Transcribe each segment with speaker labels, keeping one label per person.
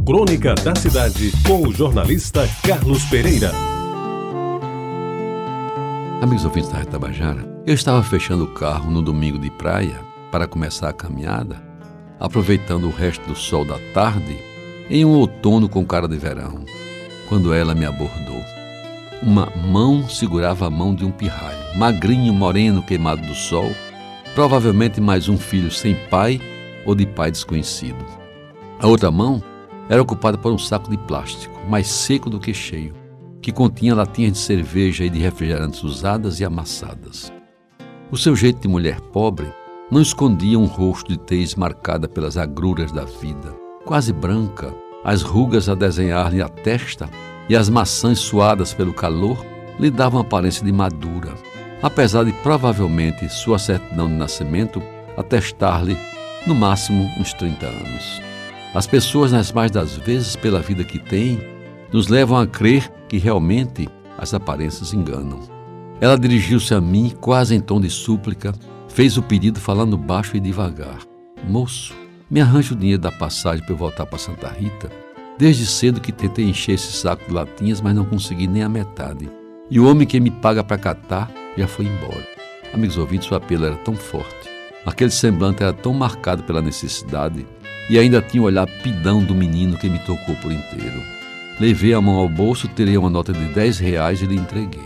Speaker 1: Crônica da Cidade, com o jornalista Carlos Pereira.
Speaker 2: Amigos ouvintes da Rádio Tabajara, eu estava fechando o carro no domingo de praia para começar a caminhada, aproveitando o resto do sol da tarde, em um outono com cara de verão, quando ela me abordou. Uma mão segurava a mão de um pirralho, magrinho, moreno, queimado do sol, provavelmente mais um filho sem pai ou de pai desconhecido. A outra mão era ocupada por um saco de plástico, mais seco do que cheio, que continha latinhas de cerveja e de refrigerantes usadas e amassadas. O seu jeito de mulher pobre não escondia um rosto de tez marcada pelas agruras da vida, quase branca, as rugas a desenhar-lhe a testa e as maçãs suadas pelo calor lhe davam aparência de madura, apesar de provavelmente sua certidão de nascimento atestar-lhe, no máximo, uns 30 anos. As pessoas, nas mais das vezes, pela vida que têm, nos levam a crer que realmente as aparências enganam. Ela dirigiu-se a mim, quase em tom de súplica, fez o pedido falando baixo e devagar. Moço, me arranje o dinheiro da passagem para eu voltar para Santa Rita. Desde cedo que tentei encher esse saco de latinhas, mas não consegui nem a metade. E o homem que me paga para catar já foi embora. Amigos ouvintes, o apelo era tão forte. Aquele semblante era tão marcado pela necessidade e ainda tinha o olhar pidão do menino que me tocou por inteiro. Levei a mão ao bolso, tirei uma nota de R$10 e lhe entreguei.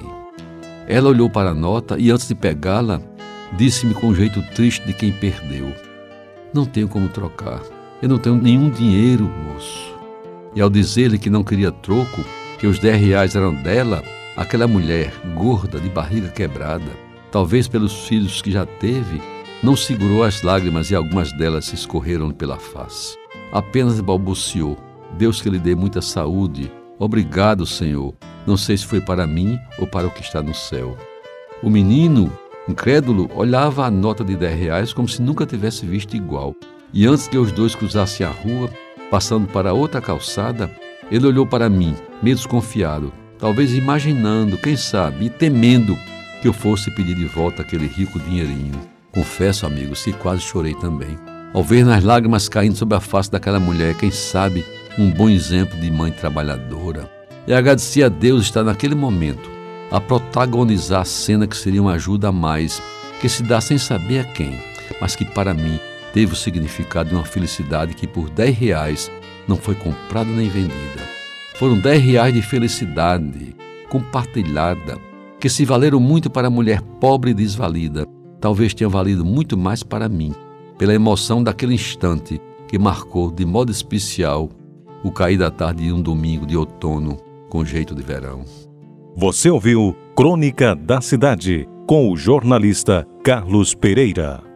Speaker 2: Ela olhou para a nota e, antes de pegá-la, disse-me com um jeito triste de quem perdeu: não tenho como trocar, eu não tenho nenhum dinheiro, moço. E ao dizer-lhe que não queria troco, que os R$10 eram dela, aquela mulher, gorda, de barriga quebrada, talvez pelos filhos que já teve, não segurou as lágrimas e algumas delas se escorreram pela face. Apenas balbuciou: Deus que lhe dê muita saúde. Obrigado, Senhor. Não sei se foi para mim ou para o que está no céu. O menino, incrédulo, olhava a nota de R$10 como se nunca tivesse visto igual. E antes que os dois cruzassem a rua, passando para outra calçada, ele olhou para mim, meio desconfiado, talvez imaginando, quem sabe, e temendo que eu fosse pedir de volta aquele rico dinheirinho. Confesso, amigos, que quase chorei também, ao ver nas lágrimas caindo sobre a face daquela mulher, quem sabe, um bom exemplo de mãe trabalhadora. E agradeci a Deus estar naquele momento a protagonizar a cena que seria uma ajuda a mais, que se dá sem saber a quem, mas que para mim teve o significado de uma felicidade que por R$10 não foi comprada nem vendida. Foram R$10 de felicidade compartilhada, que se valeram muito para a mulher pobre e desvalida, talvez tenha valido muito mais para mim, pela emoção daquele instante que marcou de modo especial o cair da tarde de um domingo de outono com jeito de verão.
Speaker 1: Você ouviu Crônica da Cidade, com o jornalista Carlos Pereira.